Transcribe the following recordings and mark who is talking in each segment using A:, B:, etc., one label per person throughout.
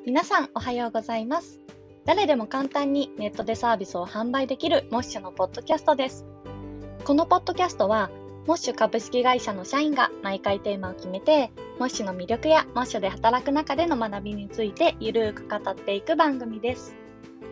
A: 皆さんおはようございます。誰でも簡単にネットでサービスを販売できるモッシュのポッドキャストです。このポッドキャストはモッシュ株式会社の社員が毎回テーマを決めてモッシュの魅力やモッシュで働く中での学びについてゆるーく語っていく番組です。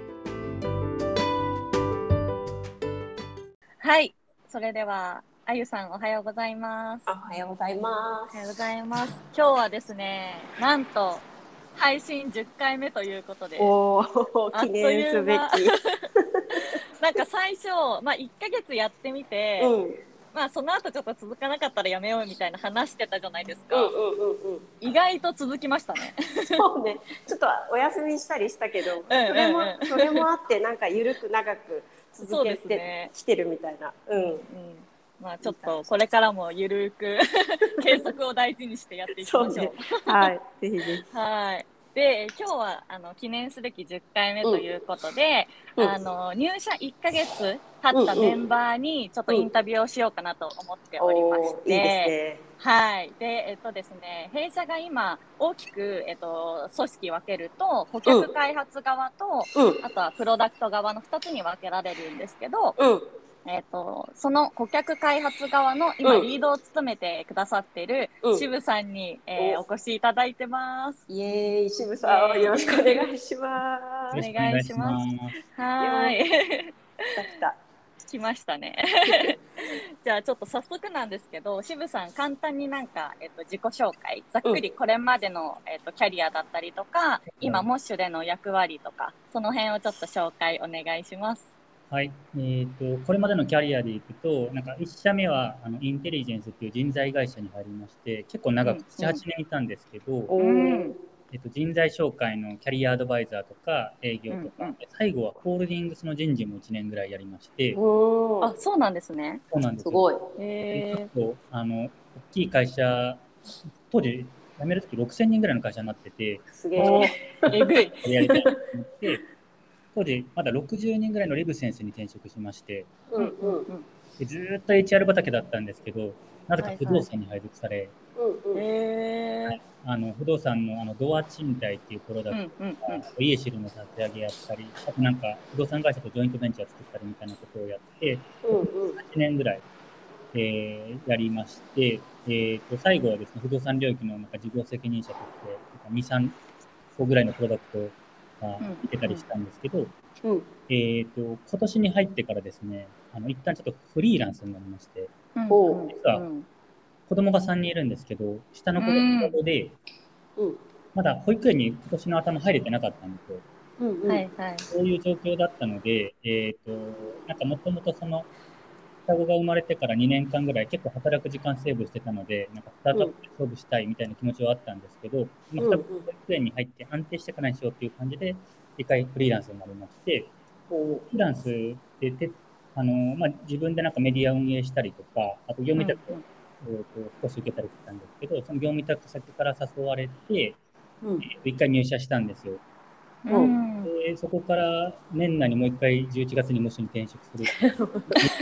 A: はい、それではあゆさんおはようございます。
B: おはようございます。
A: おはようございます。今日はですね、なんと配信10回目ということで、
B: 記念すべき。
A: なんか最初、1ヶ月やってみて、その後ちょっと続かなかったらやめようみたいな話してたじゃないですか。意外と続きましたね。
B: そうね。ちょっとお休みしたりしたけど、それもあってなんか緩く長く続けてきてるみたいな。
A: ちょっとこれからもゆるく継続を大事にしてやっていきましょう。
B: はい、ぜひぜひ。
A: はい。で、今日は記念すべき10回目ということで、入社1ヶ月経ったメンバーにちょっとインタビューをしようかなと思っておりまして、
B: いいですね。
A: はい。で、ですね、弊社が今大きく、組織分けると、顧客開発側と、あとはプロダクト側の2つに分けられるんですけど、その顧客開発側の今リードを務めてくださっている渋さんに、お越しいただいてます。
B: イエーイ、渋さん、よろしくお願いします。
A: お願いします。はい。来ましたね。じゃあちょっと早速なんですけど、渋さん簡単になんか、自己紹介、ざっくりこれまでの、キャリアだったりとか、今モッシュでの役割とか、その辺をちょっと紹介お願いします。
C: はい。これまでのキャリアでいくと、なんか1社目はインテリジェンスっていう人材会社に入りまして、結構長く7、8年いたんですけど、人材紹介のキャリアアドバイザーとか営業とか、最後はホールディングスの人事も1年ぐらいやりまして。
A: あ、そうなんですね。
C: そうなんです。
B: すごい。
C: 結構大きい会社、当時辞めるとき6000人ぐらいの会社になってて、
B: すげえ。
A: えぐい。
C: やりたいと思って、当時まだ60人ぐらいのレグセンスに転職しまして、でずっと HR 畑だったんですけど、なぜか不動産に配属され、不動産のドア賃貸っていうプロダクトとか、家知るの立て上げやったり、あとなんか不動産会社とジョイントベンチャー作ったりみたいなことをやって、8年ぐらい、やりまして、最後はですね、不動産領域のなんか事業責任者として2、3個ぐらいのプロダクトが出たりしたんですけど、今年に入ってからですね、一旦ちょっとフリーランスになりまして、実は子供が3人いるんですけど、下の子が子で、まだ保育園に今年の頭入れてなかったんですよ。そういう状況だったので、なんかもともとその双子が生まれてから2年間ぐらい結構働く時間セーブしてたので、なんかスタートアップで勝負したいみたいな気持ちはあったんですけど、保育園に入って安定してからにしようっていう感じで、一回フリーランスになりまして、フリーランスで自分でなんかメディア運営したりとか、あと業務委託を少し受けたりしてたんですけど、その業務委託先から誘われて、一回入社したんですよ。でそこから年内にもう一回11月にモッシュに転職する。
B: すごい。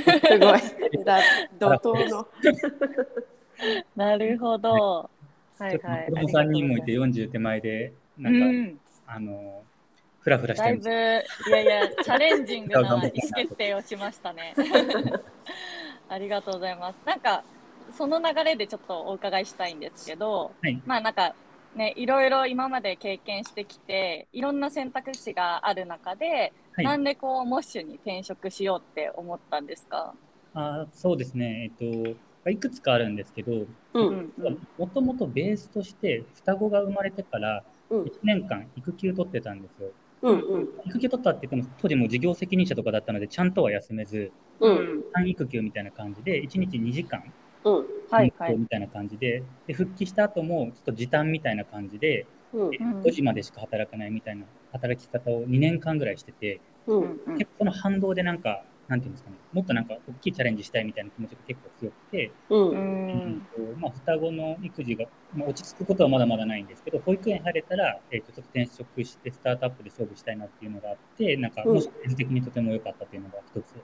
B: 怒涛の。
A: なるほど。
C: 子供3人もいて40手前で、なんか、フラフラしてます。
A: だいぶ、チャレンジングな意思決定をしましたね。ありがとうございます。なんか、その流れでちょっとお伺いしたいんですけど、なんか、ね、いろいろ今まで経験してきて、いろんな選択肢がある中で、なんでモッシュに転職しようって思ったんですか？
C: そうですね。いくつかあるんですけど、もともとベースとして双子が生まれてから1年間育休取ってたんですよ。育休取ったって言っても、当時も事業責任者とかだったので、ちゃんとは休めず、半育休みたいな感じで、1日2時間、みたいな感じで、復帰した後も、ちょっと時短みたいな感じで、5時までしか働かないみたいな働き方を2年間ぐらいしてて、結構その反動でなんか、なんていうんですかね、もっとなんか大きいチャレンジしたいみたいな気持ちが結構強くて、双子の育児が、落ち着くことはまだまだないんですけど、保育園入れたら、ちょっと転職してスタートアップで勝負したいなっていうのがあって、なんか、もし個人的にとても良かったっていうのが一つ。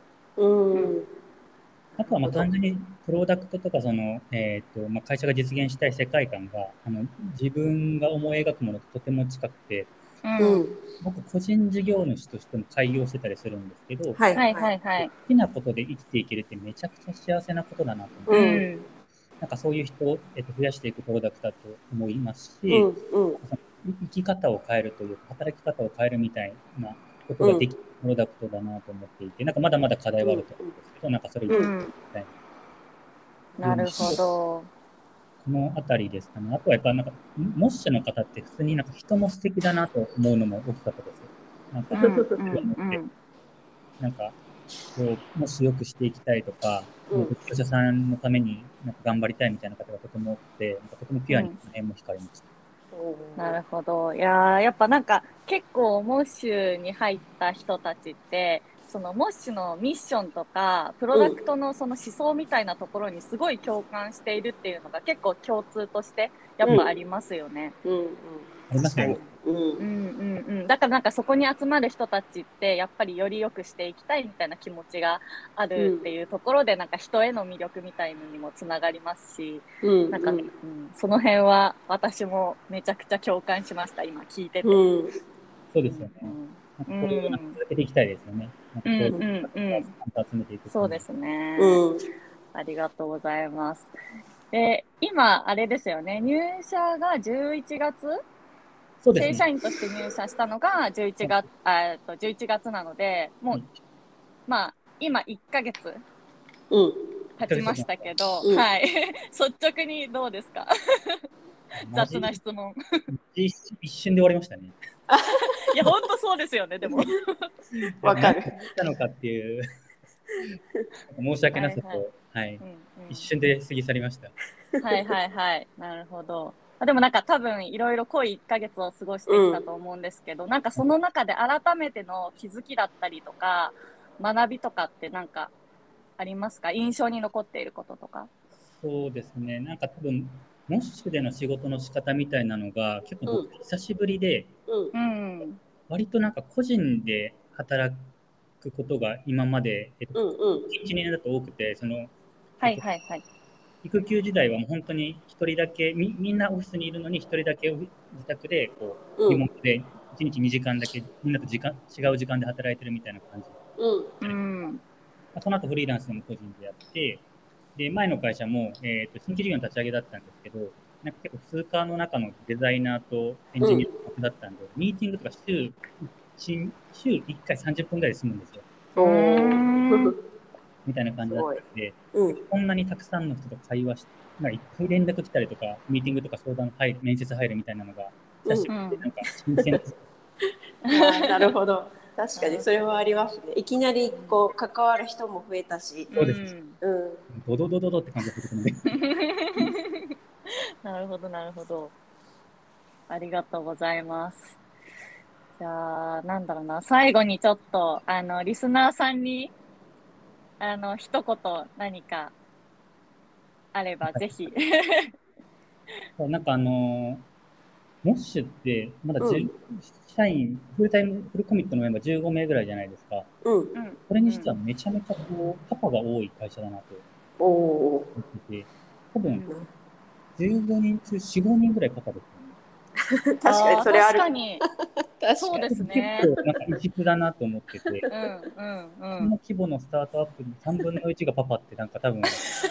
C: あとは単純にプロダクトとかその、会社が実現したい世界観が自分が思い描くものととても近くて、 僕個人事業主としても開業してたりするんですけど、
A: はいはいはい。
C: 好きなことで生きていけるってめちゃくちゃ幸せなことだなと思って、なんかそういう人を、増やしていくプロダクトだと思いますし、生き方を変えるというか、働き方を変えるみたいなことができるプロダクトだなと思っていて、なんかまだまだ課題はあると思うんですけど、なんかそれを言っていきたい
A: なるほど。
C: このあたりですかね。あとはやっぱなんか、モッシュの方って普通になんか人も素敵だなと思うのも大きかったですよ。なんか、なんか、こう、もし良くしていきたいとか、業者さんのためになんか頑張りたいみたいな方がとても多くて、なんかとてもピュアにその辺も惹かれました。
A: なるほど。いややっぱなんか結構モッシュに入った人たちって、そのモッシュのミッションとかプロダクトのその思想みたいなところにすごい共感しているっていうのが結構共通としてやっぱありますよね。
C: ありますね。
A: だからなんかそこに集まる人たちってやっぱりより良くしていきたいみたいな気持ちがあるっていうところで、なんか人への魅力みたいのにもつながりますし、なんか、その辺は私もめちゃくちゃ共感しました、今聞いてて。
C: そうですよね。これを続けていきたいですよね。
A: そうですね。ありがとうございます。で、今あれですよね、入社が11月正社員として入社したのが11月なので、もう、まあ、今1ヶ月経ちましたけど、はい。率直にどうですか？雑な質問。
C: 一瞬で終わりましたね。
A: いや、本当そうですよね、でも。
B: わかる。
C: たのかっていう、申し訳なさと、はい。一瞬で過ぎ去りました。
A: はいはいはい。なるほど。でもなんか多分いろいろ濃い1ヶ月を過ごしてきたと思うんですけど、なんかその中で改めての気づきだったりとか、学びとかってなんかありますか？印象に残っていることとか。
C: そうですね。なんか多分、モッシュでの仕事の仕方みたいなのが結構僕久しぶりで、割となんか個人で働くことが今まで、1、2年だと多くて、育休時代はもう本当に一人だけ、みんなオフィスにいるのに一人だけ自宅で、こう、リモートで1日2時間だけみんなと違う時間で働いてるみたいな感じ。その後フリーランスでも個人でやって、で、前の会社も、新規事業の立ち上げだったんですけど、なんか結構通貨の中のデザイナーとエンジニアだったんで、ミーティングとか週1回30分ぐらいで済むんですよ。みたいな感じだったんで、こんなにたくさんの人と会話して、いっぱい連絡来たりとか、ミーティングとか相談入る、面接入るみたいなのが、久しぶりでなんか新鮮です。
B: なるほど。確かにそれはありますね。いきなりこう関わる人も増えたし。
C: そうです。ドドドドドって感じですね。
A: なるほどなるほど。ありがとうございます。じゃあなんだろうな、最後にちょっとリスナーさんに一言何かあればぜひ。
C: なんかモッシュってまだ社員、フルコミットのメンバー15名ぐらいじゃないですか。それにしてはめちゃめちゃパパが多い会社だなと思ってて、多分15人中4、5人ぐらいパパです
B: よね。確かにそれある。
A: 確かに。そうですね。
C: 結構なんか異質だなと思ってて、この規模のスタートアップの3分の1がパパってなんか多分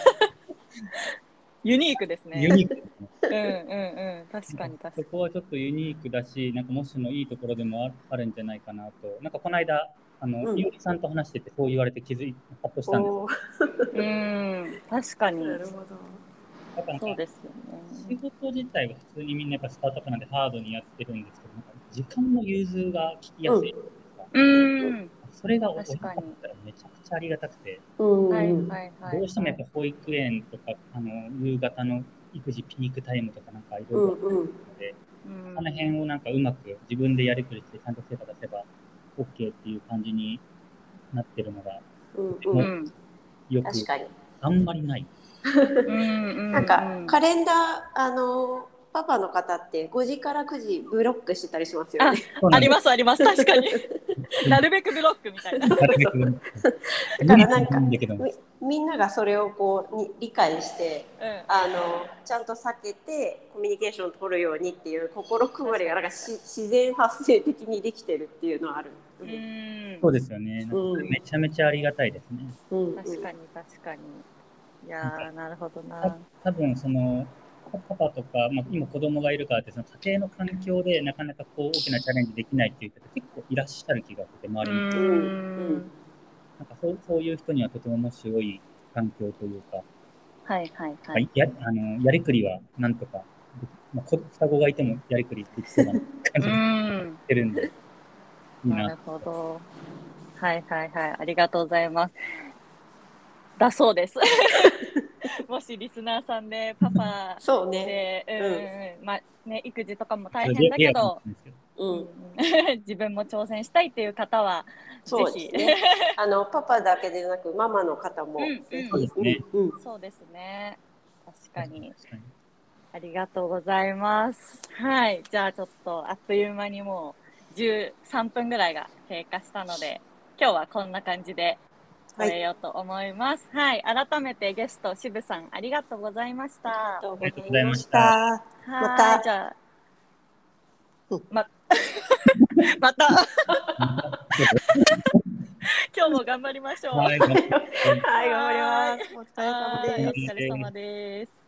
A: ユニークですね。
C: ユニークです
A: ね。確かに確かに。
C: そこはちょっとユニークだし、なんかモッシュのいいところでもあるんじゃないかなと。なんかこの間、いおりさんと話してて、そう言われてハッとしたんです。
A: 確かに。
B: なるほど。
A: そうですよね。
C: 仕事自体は普通にみんなやっぱスタートアップなんでハードにやってるんですけど、なんか時間の融通が聞きやすいですか。それが親だったらめちゃくちゃありがたくて、どうしてもやっぱ保育園とか夕方の育児ピークタイムとかなんかいろいろあるので、その辺をなんかうまく自分でやりくりしてちゃんと成果出せば OK っていう感じになってるのが、よくあんまりない。
B: なんかカレンダーパパの方って5時から9時ブロックしてたりしますよね。
A: ありますあります、確かに。 なるべくブロックみたいな。だか
B: らなんかみんながそれをこう理解して、ちゃんと避けてコミュニケーションを取るようにっていう心配りがなんか自然発生的にできてるっていうのはある。
C: そうですよね。めちゃめちゃありがたいですね。
A: 確かに確かに。いやなるほどな。
C: 多分そのパパとか、今子供がいるからってその家庭の環境でなかなかこう大きなチャレンジできないっていう人結構いらっしゃる気がして周りに。なんかそういう人にはとても面白い環境というか、やりくりはなんとか、双子がいてもやりくりできそうな感じがしてるんで。
A: なるほど。はいはいはい、ありがとうございます。だそうです。もしリスナーさんでパパで、育児とかも大変だけど、自分も挑戦したいっていう方はぜひ、
B: パパだけでなくママの方も
A: そうですね。確かに。ありがとうございます。はい、じゃあちょっとあっという間にもう13分ぐらいが経過したので、今日はこんな感じで終えようと思います。はい、改めてゲスト渋さんありがとうございました。
C: ありがとうございました。
B: また
A: じゃあまた今日も頑張りましょう。
B: はい、頑張ります。お疲れ様です。
A: お疲れ様です。